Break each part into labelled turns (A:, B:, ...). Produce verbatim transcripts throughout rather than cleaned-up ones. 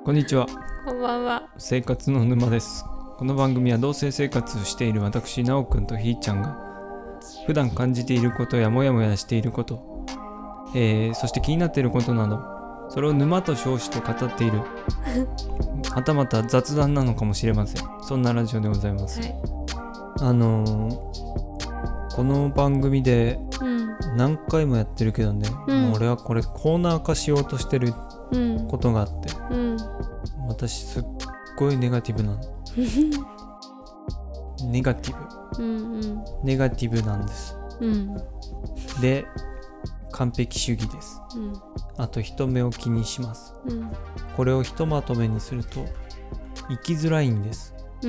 A: こんにちは。
B: こんばんは。
A: 生活の沼です。この番組は同棲生活をしている私なおくんとひーちゃんが普段感じていることやモヤモヤしていること、えー、そして気になっていることなど、それを沼と称して語っているはたまた雑談なのかもしれません。そんなラジオでございます、はい、あのー、この番組で何回もやってるけどね、うん、もう俺はこれコーナー化しようとしてることがあって、うん、私すっごいネガティブなのネガティブ、うんうん、ネガティブなんです、うん、で完璧主義です、うん、あと人目を気にします、うん、これをひとまとめにすると生きづらいんです、うん、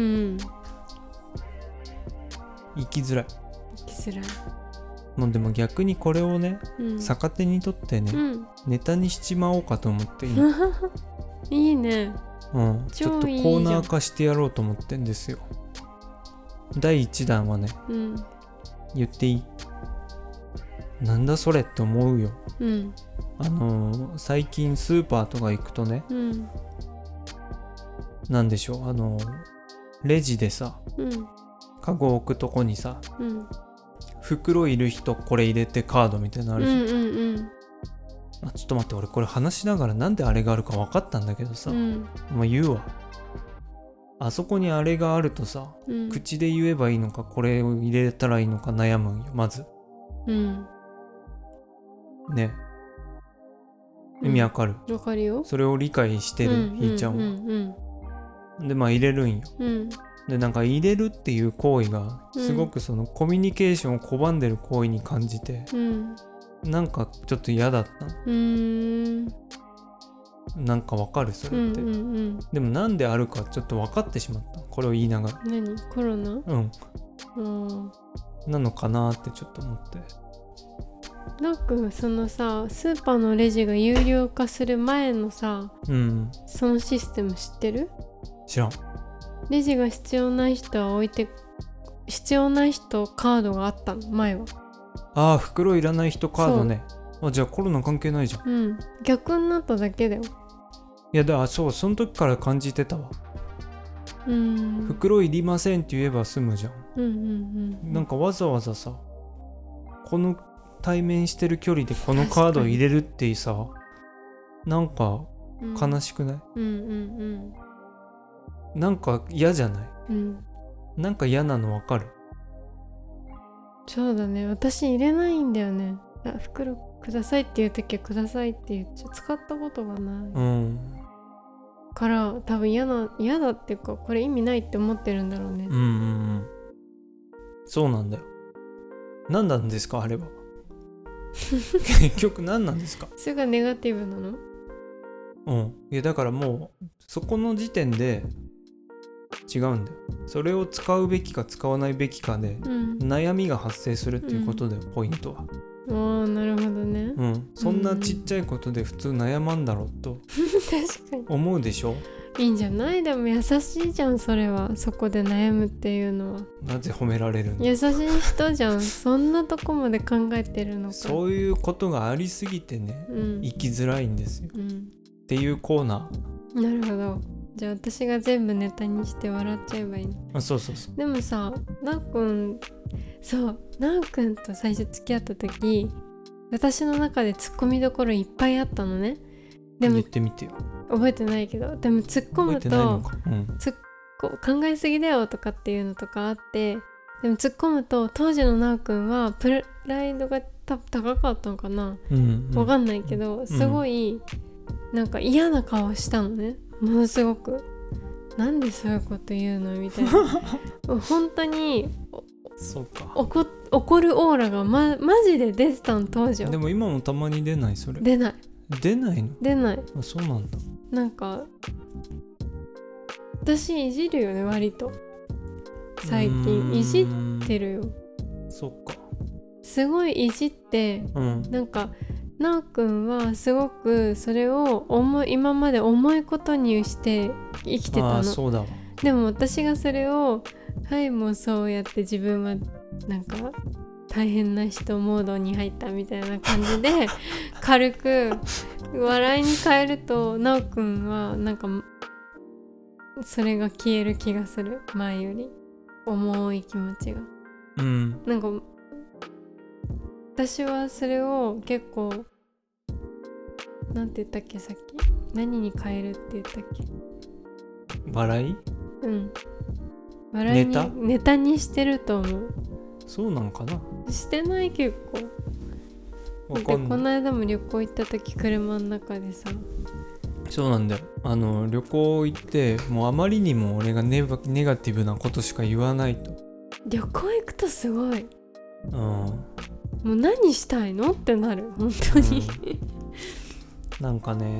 A: 生きづらい
B: 生きづらい。
A: もうでも逆にこれをね、うん、逆手にとってね、うん、ネタにしちまおうかと思って今
B: いいね、
A: うん、ちょっとコーナー化してやろうと思ってんですよ。だいいちだんはね、うん、言っていい？なんだそれって思うよ、うん、あのー、最近スーパーとか行くとね、うん、なんでしょう、あのー、レジでさ、うん、カゴ置くとこにさ、うん、袋いる人これ入れてカードみたいなのあるじゃん、うんうんうん、あ、ちょっと待って、俺これ話しながらなんであれがあるか分かったんだけどさ、うん、もう言うわ。あそこにあれがあるとさ、うん、口で言えばいいのかこれを入れたらいいのか悩むんよまず、うん、ね、意味わかる？
B: わかるよ。
A: それを理解してる、うん、ひーちゃんは、うんうん、でまあ入れるんよ、うん、でなんか入れるっていう行為がすごくそのコミュニケーションを拒んでる行為に感じて、うん、なんかちょっと嫌だったの。うーん、なんかわかるそれって、うんうんうん、でもなんであるかちょっと分かってしまった、これを言いながら。
B: 何？コロナ？うん、
A: うん、なのかなってちょっと思って。
B: なんかそのさ、スーパーのレジが有料化する前のさ、うん、そのシステム知ってる？
A: 知らん。
B: レジが必要ない人は置いて、必要ない人カードがあったの前は。
A: ああ、袋いらない人カードね。あ、じゃあコロナ関係ないじゃん。
B: うん、逆になっただけだよ。
A: いやだからそう、その時から感じてたわ。うん、袋いりませんって言えば済むじゃん。うんうんうん、なんかわざわざさ、この対面してる距離でこのカード入れるってさ、なんか悲しくない？うんうんうんうん、なんか嫌じゃない？うん、なんか嫌なのわかる？
B: そうだね、私入れないんだよね。あ、袋くださいっていう時はくださいって言っちゃ使ったことがない、うん、から多分嫌な嫌だっていうか、これ意味ないって思ってるんだろうね。うんうんうん、
A: そうなんだよ。何なんですかあれは結局何なんですか？
B: それがネガティブなの？
A: うん、いやだからもうそこの時点で違うんだよ。それを使うべきか使わないべきかで、うん、悩みが発生するっていうことだよ、うん、ポイントは。
B: ああ、なるほどね。
A: うん、そんなちっちゃいことで普通悩まんだろうと
B: 確かに
A: 思うでしょ。
B: いいんじゃない？でも優しいじゃんそれは。そこで悩むっていうのは。
A: なぜ褒められるんだ？
B: 優しい人じゃんそんなとこまで考えてるのか。
A: そういうことがありすぎてね、うん、生きづらいんですよ、うん、っていうコーナ
B: ー。なるほど。じゃあ私が全部ネタにして笑っちゃえばいいの？
A: あ、そうそうそう。
B: でもさ、なおくん、そうなおくんと最初付き合った時、私の中でツッコミどころいっぱいあったのね。でも
A: 言ってみてよ。
B: 覚えてないけど、でも突っ込むと、うん、つっこ考えすぎだよとかっていうのとかあって、でも突っ込むと当時のなおくんはプライドがた高かったのかな、うんうん、わかんないけど、すごいなんか嫌な顔したのね、ものすごく。なんでそういうこと言うのみたいな本当に
A: そうか、
B: 怒、怒るオーラが、ま、マジで出てたの当時は。
A: でも今もたまに出ない？それ
B: 出ない。
A: 出ないの？
B: 出ない。
A: あ、そうなんだ。
B: なんか私いじるよね割と最近。いじってるよ。
A: そっか。す
B: ごいいじって、うん、なんかなおくんはすごくそれを重い、今まで重いことにして生きてたの。
A: あ、そうだわ。
B: でも私がそれを、はいもうそうやって自分はなんか大変な人モードに入ったみたいな感じで軽く笑いに変えるとなおくんはなんかそれが消える気がする。前より重い気持ちが、
A: うん、
B: なんか私はそれを結構なんて言ったっけ、さっき何に変えるって言ったっけ。
A: 笑い？
B: うん、笑いに
A: ネタ？
B: ネタにしてると思う。
A: そうなんかな。
B: してない結構。
A: わかんない。
B: でこの間も旅行行った時車の中でさ。
A: そうなんだよ。あの旅行行ってもうあまりにも俺が ネ, ネガティブなことしか言わないと。
B: 旅行行くとすごい。
A: うん。
B: もう何したいのってなる本当に、
A: うん、なんかね。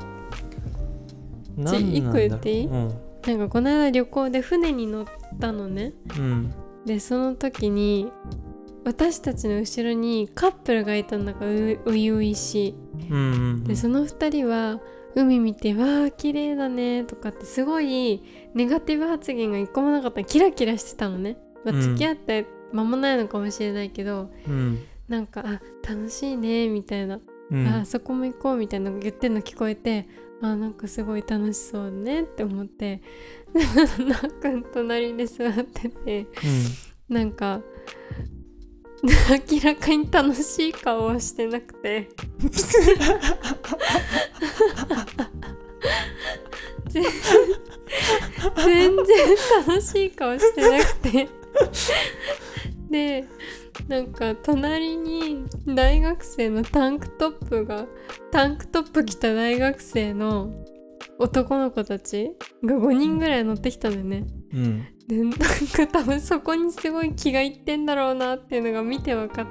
B: じゃあ一個言っていい？うん、なんかこの間旅行で船に乗ったのね。
A: うん。
B: でその時に私たちの後ろにカップルがいたんだか初々しい、
A: うんうんうん、で
B: そのふたりは海見てわー綺麗だねとかってすごいネガティブ発言が一個もなかった。キラキラしてたのね、まあ、付き合って間もないのかもしれないけど、
A: うん、
B: なんかあ楽しいねみたいな、
A: うん、
B: あそこも行こうみたいなの言ってんの聞こえて、あなんかすごい楽しそうねって思ってなっくん隣で座ってて、うん、なんか明らかに楽しい顔はしてなくて全, 全然楽しい顔してなくてでなんか隣に大学生のタンクトップがタンクトップ着た大学生の男の子たちがごにんぐらい乗ってきたんだよね、
A: うん、
B: でなんか多分そこにすごい気がいってんだろうなっていうのが見て分かって、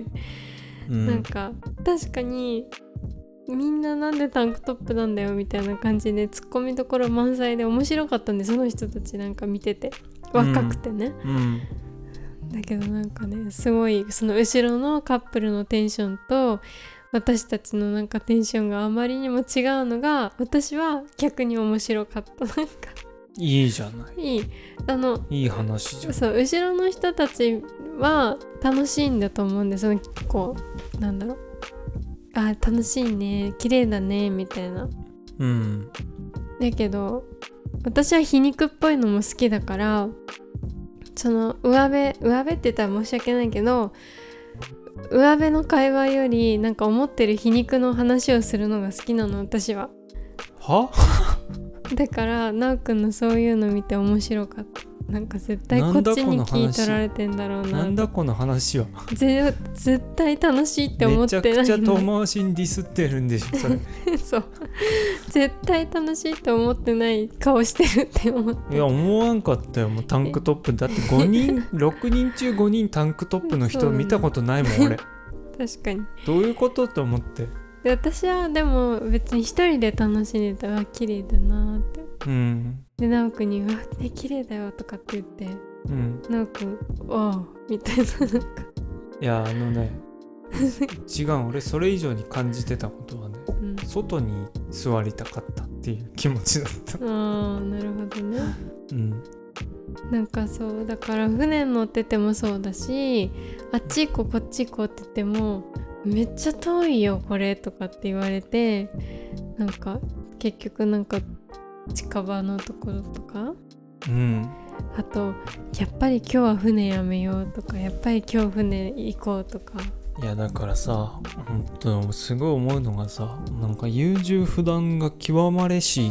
B: うん、なんか確かにみんななんでタンクトップなんだよみたいな感じでツッコミどころ満載で面白かったんで、その人たちなんか見てて若くてね、うんうん、だけどなんかねすごいその後ろのカップルのテンションと私たちのなんかテンションがあまりにも違うのが私は逆に面白かった。なんか
A: いいじゃない。
B: いいあの
A: いい話じゃん。
B: そう後ろの人たちは楽しいんだと思うんで、そのこうなんだろう、あ楽しいね綺麗だねみたいな、
A: うん、
B: だけど私は皮肉っぽいのも好きだから、その上辺上辺って言ったら申し訳ないけど上辺の会話よりなんか思ってる皮肉の話をするのが好きなの私は。
A: は
B: だからなおくんのそういうの見て面白かった。なんか絶対こっちに聞い取られてんだろうな。
A: なんだこの話は。
B: ぜ絶対楽しいって思ってないの。
A: めちゃくちゃ遠回しにディスってるんでしょそれ
B: そう絶対楽しいって思ってない顔してるって思って。
A: いや思わんかったよ。もうタンクトップだってごにんろくにん中ごにんタンクトップの人見たことないもん俺。確
B: かに
A: どういうことと思って。
B: で私はでも別に一人で楽しんでたら綺麗だなって、うん、で直くんに「うわね綺麗だよ」とかって言って、うん、直くん「おう」みたいななんか
A: いやあのね違う俺それ以上に感じてたことはね、うん、外に座りたかったっていう気持ちだった。
B: ああなるほどね、
A: うん、
B: なんかそうだから船乗っててもそうだし、あっち行こうこっち行こうって言ってもめっちゃ遠いよこれとかって言われて、なんか結局なんか近場のところとか、うん、あとやっぱり今日は船やめようとかやっぱり今日船行こうとか。
A: いやだからさ本当すごい思うのがさ、なんか優柔不断が極まれし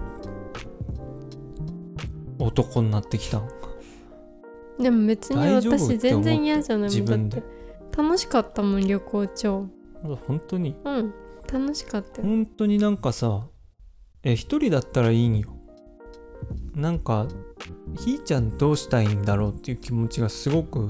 A: 男になってきたん。
B: でも別に私全然嫌じゃない。自分で楽しかったもん旅行超。
A: 本当に
B: うん楽しかったよ。
A: 本当になんかさえ一人だったらいいんよ。なんかひーちゃんどうしたいんだろうっていう気持ちがすごく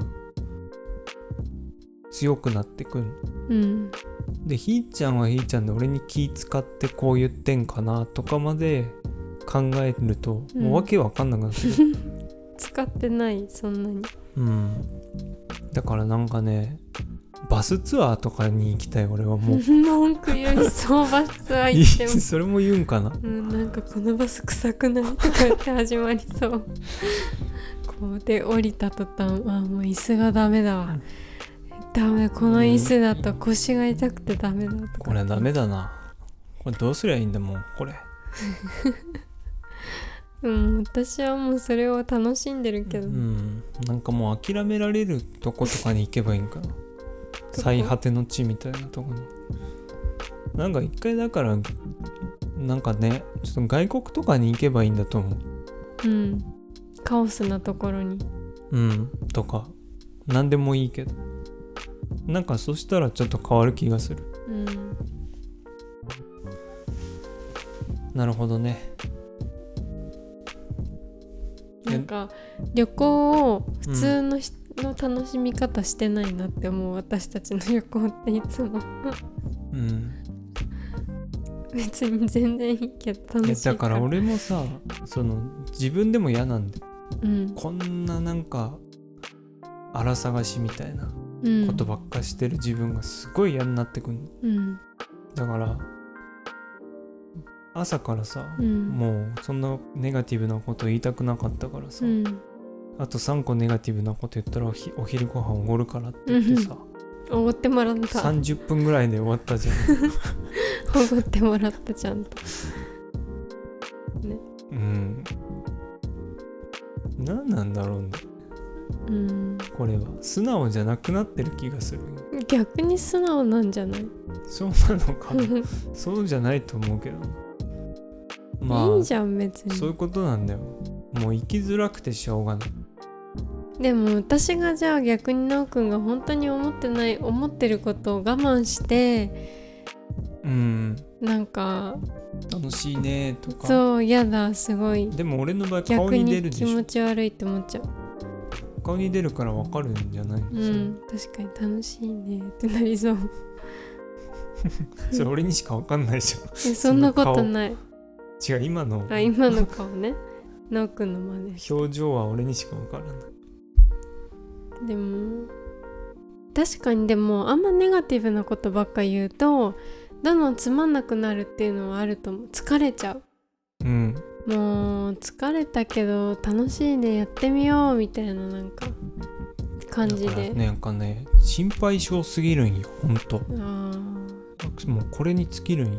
A: 強くなってくる、うん、でひーちゃんはひーちゃんで俺に気使ってこう言ってんかなとかまで考えると、うん、もうわけわかんなくなってる
B: 使ってないそんなに。
A: うんだからなんかねバスツアーとかに行きたい俺はもう
B: 文句言いそうバスツアー行っても
A: それも言うんかな、
B: うん、なんかこのバス臭くないとかって始まりそうこうで降りた途端あもう椅子がダメだわ、ダメこの椅子だと腰が痛くてダメだとか、
A: これダメだなこれどうすりゃいいんだもんこれ
B: うん、私はもうそれを楽しんでるけど、
A: うん、なんかもう諦められるとことかに行けばいいんかな最果ての地みたいなとこに。なんか一回だからなんかねちょっと外国とかに行けばいいんだと思う。
B: うん、カオスなところに、
A: うんとか何でもいいけど、なんかそしたらちょっと変わる気がする。
B: うん、
A: なるほどね。
B: なんか旅行を普通の人の楽しみ方してないなって思う、私たちの旅行っていつも
A: うん、
B: 別に全然いいけど楽しいから。
A: だから俺もさその自分でも嫌なんで、
B: うん、
A: こんななんか荒探しみたいなことばっかしてる自分がすごい嫌になってくるの、
B: うん、
A: だから朝からさ、
B: うん、
A: もうそんなネガティブなこと言いたくなかったからさ、
B: うん、
A: あとさんこネガティブなこと言ったら お, ひお昼ご飯おごるからって言ってさ、
B: おごってもらった
A: さんじゅっぷんぐらいで終わったじゃん
B: おごってもらったちゃんとね。
A: うん、何なんだろうね、うん、これは素直じゃなくなってる気がする。
B: 逆に素直なんじゃない？
A: そうなのかなそうじゃないと思うけど、まあ
B: いいじゃん別に。
A: そういうことなんだよ。もう生きづらくてしょうがない。
B: でも私がじゃあ逆になおくんが本当に思ってない思ってることを我慢して、
A: うん、
B: なんか
A: 楽しいねとか、
B: そう嫌だすごい。
A: でも俺の場合顔に出るでしょ。
B: 逆に気持ち悪いって思っちゃう。
A: 顔に出るから分かるんじゃないの？
B: うん、確かに楽しいねってなりそう
A: それ俺にしか分かんないじゃん
B: そんなことない。
A: 違う、今の
B: あ今の顔ねなおくんの真似して。
A: 表情は俺にしか分からない。
B: でも確かに、でもあんまネガティブなことばっか言うとどんどんつまんなくなるっていうのはあると思う。疲れちゃう。
A: うん、
B: もう疲れたけど楽しいねやってみようみたいななんか感じで、
A: ね、なんかね心配性すぎるんよほんと。あもうこれに尽きるんよ。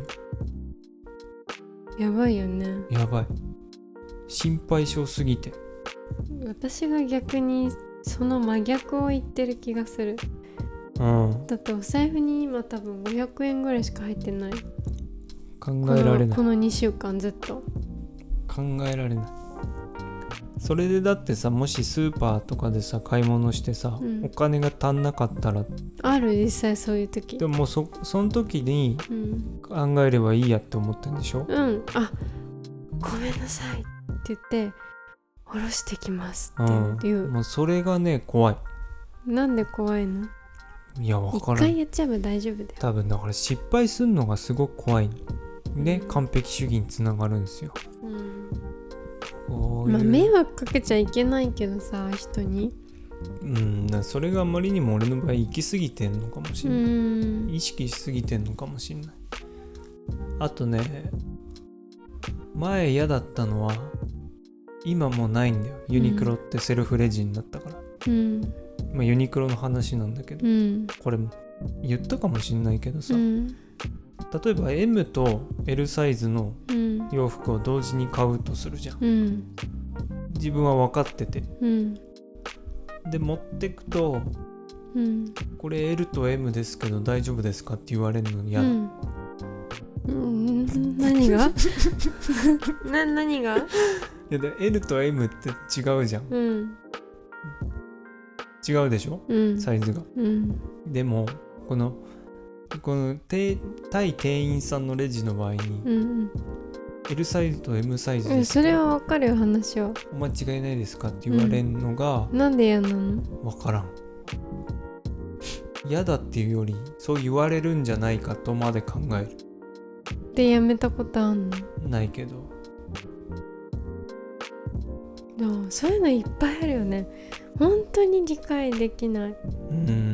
B: やばいよね。
A: やばい、心配性すぎて。
B: 私が逆にその真逆を言ってる気がする。うん、だってお財布に今多分ごひゃくえんぐらいしか入ってない。
A: 考えられない。
B: この、このにしゅうかんずっと
A: 考えられない。それでだってさ、もしスーパーとかでさ買い物してさ、うん、お金が足んなかったら
B: ある、実際そういう時。
A: でももう そ, その時に考えればいいやって思ったんでしょ。
B: うん、うん、あごめんなさいって言って下ろしてきますっていう、うん、
A: もうそれがね怖い。
B: なんで怖いの？
A: いや分からん。
B: 一回やっちゃえば大丈夫だよ。
A: 多分だから失敗するのがすごく怖いね、うん、完璧主義につながるんですよ、うん、こういうまあ
B: 迷惑かけちゃいけないけどさ人に、
A: うん、だそれがあまりにも俺の場合行き過ぎてんのかもしれない、うん、意識しすぎてんのかもしれない。あとね前嫌だったのは今もうないんだよ。ユニクロってセルフレジになったから、うんまあ、ユニクロの話なんだけど、うん、これ言ったかもしんないけどさ、うん、例えば エム と エル サイズの洋服を同時に買うとするじゃん、うん、自分は分かってて、うん、で持ってくと、うん、これ エル と エム ですけど大丈夫ですかって言われるのに嫌だ、うん
B: うん、何がな何がい
A: やで エル と エム って違うじゃん、うん違うでしょ、うん、サイズが、うん、でもこのこの対店員さんのレジの場合に、うん、L サイズと エム サイズです、
B: それは分かるよ話は。
A: お間違いないですかって言われるのが、
B: うん、なんで嫌なの？
A: 分からん。嫌だっていうよりそう言われるんじゃないかとまで考える。
B: でやめたことあんの？
A: ないけど。
B: でもそういうのいっぱいあるよね。本当に理解できない。うん。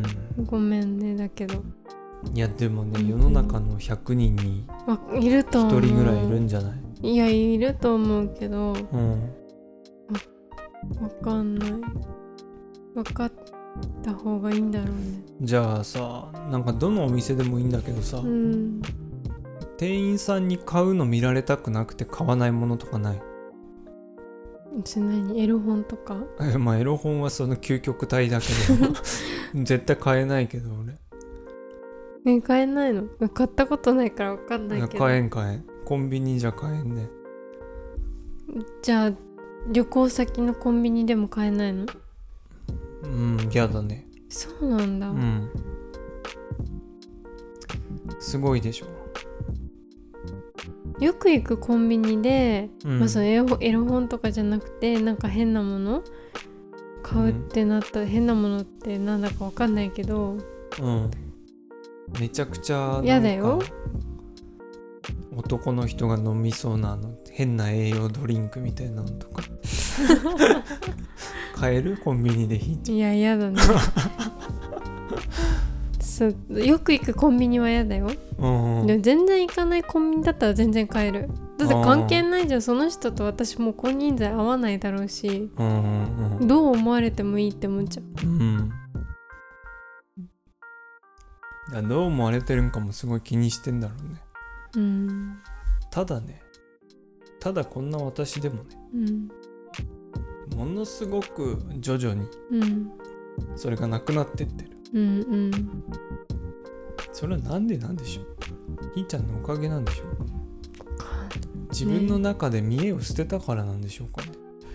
B: ごめんねだけど。
A: いやでもね、うん、世の中のひゃくにんに
B: いると思う。
A: ひとりぐらいいるんじゃない？
B: いやいると思うけど、うん、わかんない。分かった方がいいんだろうね。
A: じゃあさ、なんかどのお店でもいいんだけどさ、うん、 店員さんに買うの見られたくなくて買わないものとかない？
B: それ何？エロ本とか？
A: えまあエロ本はその究極体だけど絶対買えないけど俺。
B: え買えないの？買ったことないから分かんないけど。
A: 買えん買えん。コンビニじゃ買えんね。
B: じゃあ旅行先のコンビニでも買えないの？
A: うん嫌だね。
B: そうなんだ。
A: うんすごいでしょ。
B: よく行くコンビニで、
A: うん
B: まあ、そのエロ、エロ本とかじゃなくてなんか変なもの買うってなったら、うん、変なものってなんだか分かんないけど、
A: うん、めちゃくちゃ
B: 嫌だよ。
A: 男の人が飲みそうなの変な栄養ドリンクみたいなのとか買える？コンビニで引いちゃう。
B: いや嫌だねそうよく行くコンビニは嫌だよ、うんうん、でも全然行かないコンビニだったら全然買える。だって関係ないじゃん。その人と私もう金輪際合わないだろうし、うんうんうん、どう思われてもいいって思っちゃう、うん、
A: いやどう思われてるんかもすごい気にしてんだろうね、うん、ただねただこんな私でもね、うん、ものすごく徐々にそれがなくなってってる、うんうん、それはなんでなんでしょう。ひーちゃんのおかげなんでしょうか。自分の中で見栄を捨てたからなんでしょうかね。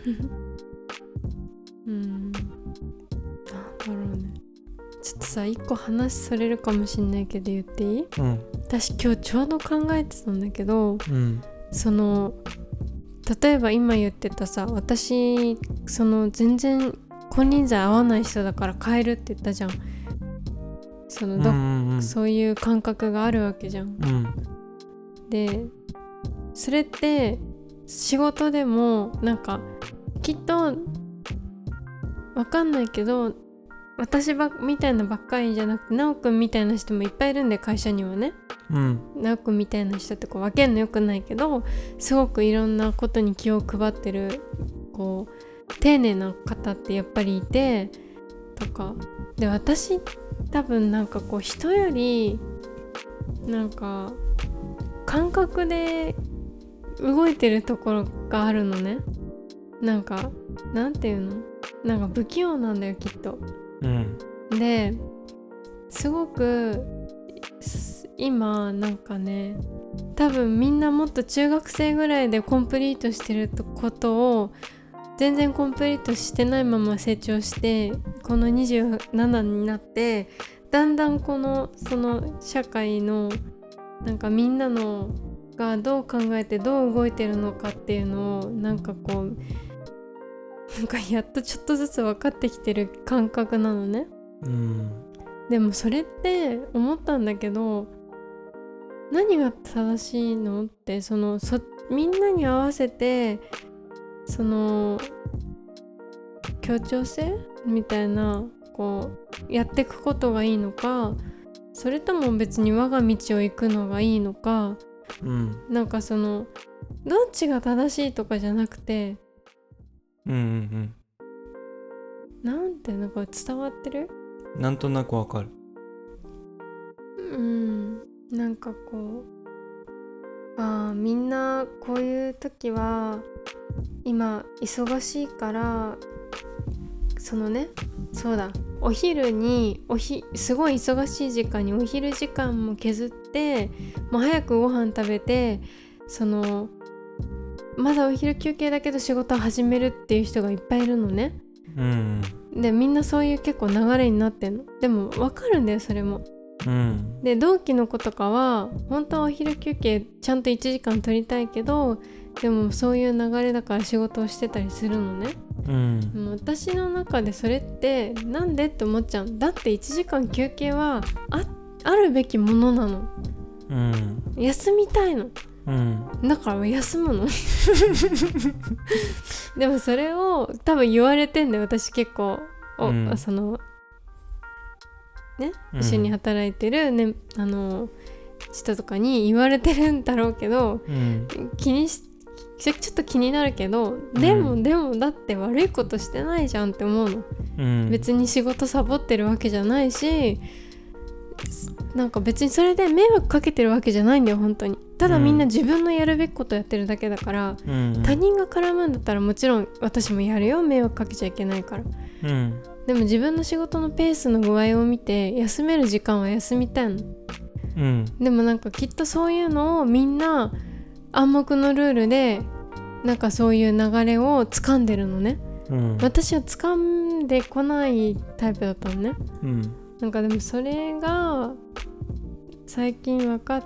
B: うんなんだろうね。ちょっとさ一個話それるかもしんないけど言っていい？うん、私今日ちょうど考えてたんだけど、うん、その例えば今言ってたさ私その全然金輪際合わない人だから変えるって言ったじゃん。そのど、うんうんうん、そういう感覚があるわけじゃん、うん、でそれって仕事でもなんかきっとわかんないけど私ばみたいなばっかりじゃなくてなおくんみたいな人もいっぱいいるんで会社にはね、うん、なおくんみたいな人ってこう分けるのよくないけどすごくいろんなことに気を配ってるこう丁寧な方ってやっぱりいてとかで私多分なんかこう人よりなんか感覚で動いてるところがあるのね。なんかなんていうのなんか不器用なんだよきっと、うん、ですごく今なんかね多分みんなもっと中学生ぐらいでコンプリートしてることを全然コンプリートしてないまま成長してこのにじゅうななになってだんだんこのその社会のなんかみんなのがどう考えてどう動いてるのかっていうのをなんかこうなんかやっとちょっとずつ分かってきてる感覚なのね、うん、でもそれって思ったんだけど何が正しいのってそのそみんなに合わせてその協調性みたいなこうやっていくことがいいのかそれとも別に我が道を行くのがいいのか、うん、なんかそのどっちが正しいとかじゃなくてうんうんうんなんてなんか伝わってる？
A: なんとなくわかる。
B: うんなんかこうあみんなこういう時は今忙しいからそのねそうだお昼におひすごい忙しい時間にお昼時間も削ってもう早くご飯食べてそのまだお昼休憩だけど仕事を始めるっていう人がいっぱいいるのね、うん、でみんなそういう結構流れになってんの。でも分かるんだよそれも、うん、で同期の子とかは本当はお昼休憩ちゃんといちじかん取りたいけどでもそういう流れだから仕事をしてたりするのね、うん、もう私の中でそれってなんでって思っちゃう。だっていちじかん休憩は あ, あるべきものなの、うん、休みたいの、うん、だから休むのでもそれを多分言われてんだよ私結構お、うん、そのね、うん、一緒に働いてる、ね、あの人とかに言われてるんだろうけど、うん、気にしちょっと気になるけどでも、うん、でもだって悪いことしてないじゃんって思うの、うん、別に仕事サボってるわけじゃないしなんか別にそれで迷惑かけてるわけじゃないんだよ本当に、 ただみんな自分のやるべきことやってるだけだから、うん、他人が絡むんだったらもちろん私もやるよ、迷惑かけちゃいけないから、うん、でも自分の仕事のペースの具合を見て休める時間は休みたいの、うん、でもなんかきっとそういうのをみんな暗黙のルールでなんかそういう流れを掴んでるのね、うん、私は掴んでこないタイプだったのね、うん、なんかでもそれが最近分かって、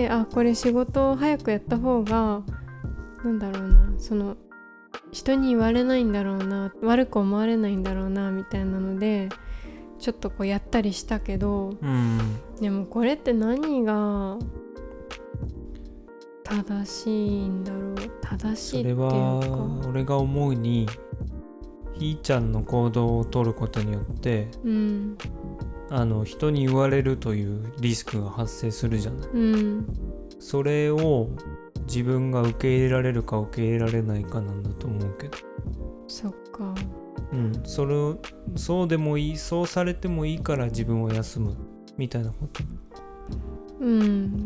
B: あ、これ仕事を早くやった方がなんだろうな、その人に言われないんだろうな、悪く思われないんだろうなみたいなのでちょっとこうやったりしたけど、うん、でもこれって何が正しいんだろう。正しいっていうか、それ
A: は俺が思うにひーちゃんの行動を取ることによって、うん、あの人に言われるというリスクが発生するじゃない、うん、それを自分が受け入れられるか受け入れられないかなんだと思うけど。
B: そっか、
A: うん、それをそうでもいい、そうされてもいいから自分を休むみたいなこと。
B: うん、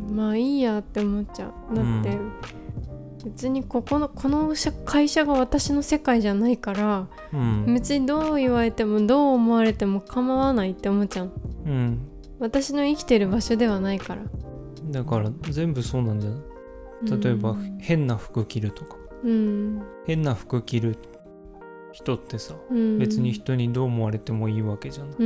B: まあいいやって思っちゃう。だって、うん、別にここのこの会社が私の世界じゃないから、うん、別にどう言われてもどう思われても構わないって思っちゃう、うん、私の生きてる場所ではないから。
A: だから全部そうなんじゃない。例えば、うん、変な服着るとか、うん、変な服着る人ってさ、うん、別に人にどう思われてもいいわけじゃない、うん、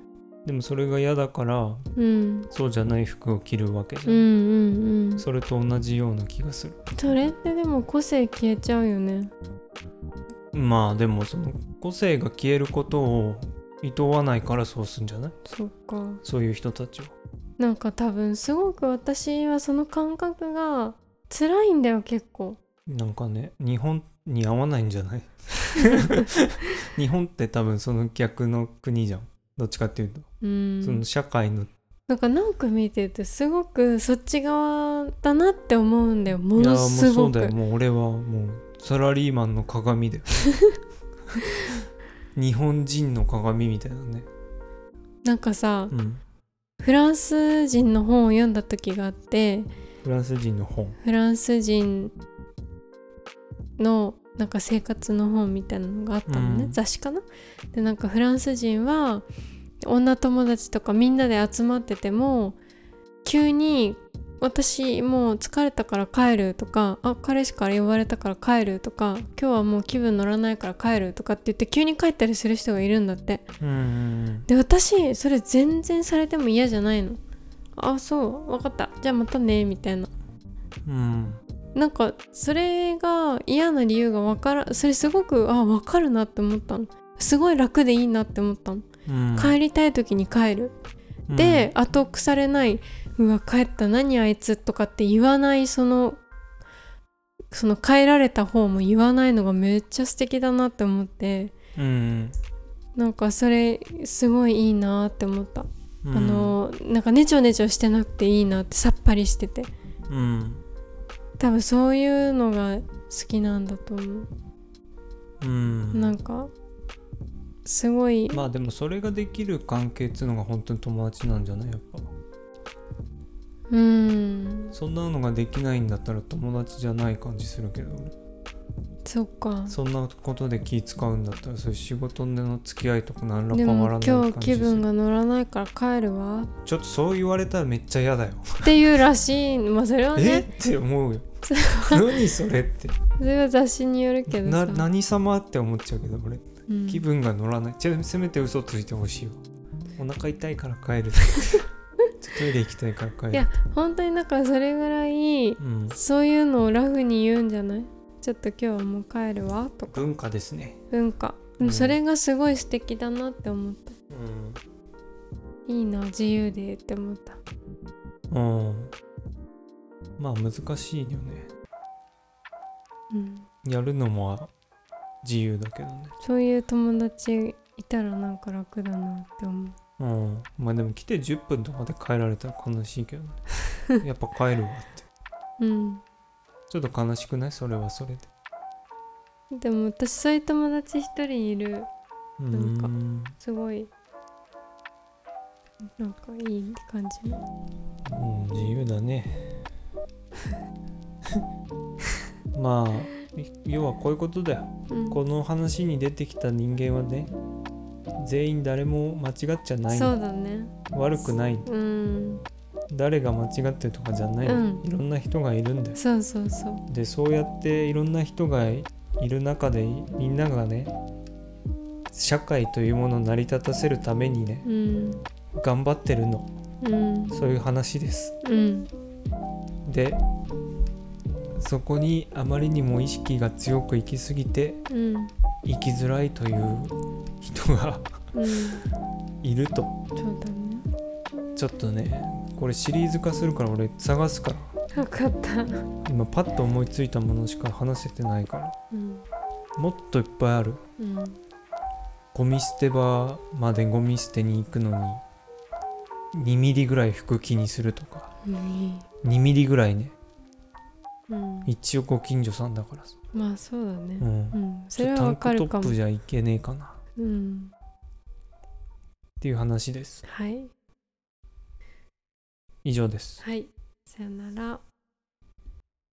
A: でもそれが嫌だから、うん、そうじゃない服を着るわけじゃない、うんうんうん、それと同じような気がする。
B: それってでも個性消えちゃうよね。
A: まあでもその個性が消えることを厭わないからそうすんじゃない。
B: そっか、
A: そういう人たちは
B: なんか多分すごく私はその感覚が辛いんだよ結構。
A: なんかね、日本に合わないんじゃない日本って多分その逆の国じゃん、どっちかっていうと、うん、その社会の
B: なんかなんか見ててすごくそっち側だなって思うんだよ、ものすごく。いやもうそうだよ、
A: もう俺はもうサラリーマンの鏡だよ日本人の鏡みたいなね。
B: なんかさ、うん、フランス人の本を読んだ時があって、
A: フランス人の本、
B: フランス人のなんか生活の本みたいなのがあったのね、うん、雑誌かな。でなんかフランス人は女友達とかみんなで集まってても急に私もう疲れたから帰るとか、あ、彼氏から呼ばれたから帰るとか、今日はもう気分乗らないから帰るとかって言って急に帰ったりする人がいるんだって、うんうん、で私それ全然されても嫌じゃないの。あ、そう分かった、じゃあまたねみたいな、うん、なんかそれが嫌な理由が分からそれすごくあ分かるなって思ったの。すごい楽でいいなって思ったの、うん、帰りたい時に帰る、うん、で後腐れない、うわ帰った何あいつとかって言わない、そのその帰られた方も言わないのがめっちゃ素敵だなって思って、うん、なんかそれすごいいいなって思った、うん、あのなんかネチョネチョしてなくていいなって、さっぱりしてて、うん、多分そういうのが好きなんだと思う、うん、なんかすごい。
A: まあでもそれができる関係っていうのが本当に友達なんじゃない、やっぱ。うん、そんなのができないんだったら友達じゃない感じするけど。
B: そっか。
A: そんなことで気使うんだったらそういう仕事での付き合いとか何ら変わらない感じする。
B: でも今日気分が乗らないから帰るわ。
A: ちょっとそう言われたらめっちゃ嫌だよ
B: っていうらしい。まあそれはね
A: えって思うよ何それって
B: それは雑誌によるけどさ、
A: な何様って思っちゃうけど俺、うん、気分が乗らない。じゃあせめて嘘ついてほしいわ。お腹痛いから帰るトイレ行きたいから帰る。
B: いや本当にだからそれぐらい、うん、そういうのをラフに言うんじゃない。ちょっと今日はもう帰るわとか。
A: 文化ですね。
B: 文化。でもそれがすごい素敵だなって思った、うん、いいな自由でって思った。うん、
A: まあ難しいよね、うん、やるのも自由だけどね。
B: そういう友達いたらなんか楽だなって思う。
A: うん、まあでも来てじゅっぷんとかで帰られたら悲しいけどねやっぱ帰るわってうんちょっと悲しくない？それはそれで。
B: でも私そういう友達一人いる。なんかすごいなんかいい感じの、
A: うん、自由だねまあ要はこういうことだよ、うん、この話に出てきた人間はね全員誰も間違っちゃない。
B: そうだね、
A: 悪くない、
B: うん、
A: 誰が間違ってるとかじゃない、うん、いろんな人がいるんだよ。
B: そうそうそう。
A: でそうやっていろんな人がいる中でみんながね社会というものを成り立たせるためにね、うん、頑張ってるの、うん、そういう話です、うん、でそこにあまりにも意識が強く行き過ぎて、うん、生きづらいという人が、うん、いると。
B: そうだね。
A: ちょっとねこれシリーズ化するから俺探すから。
B: 分かった。
A: 今パッと思いついたものしか話せてないから、うん、もっといっぱいある、うん、ゴミ捨て場までゴミ捨てに行くのににミリぐらい拭く気にするとか、うん、にミリぐらいね、うん、一応ご近所さんだからさ。
B: まあそうだね、うんうん、それはわかるかも。
A: タンクトップじゃいけねえかな、
B: うん、
A: っていう話です。
B: はい、
A: 以上です。
B: はい、さよなら。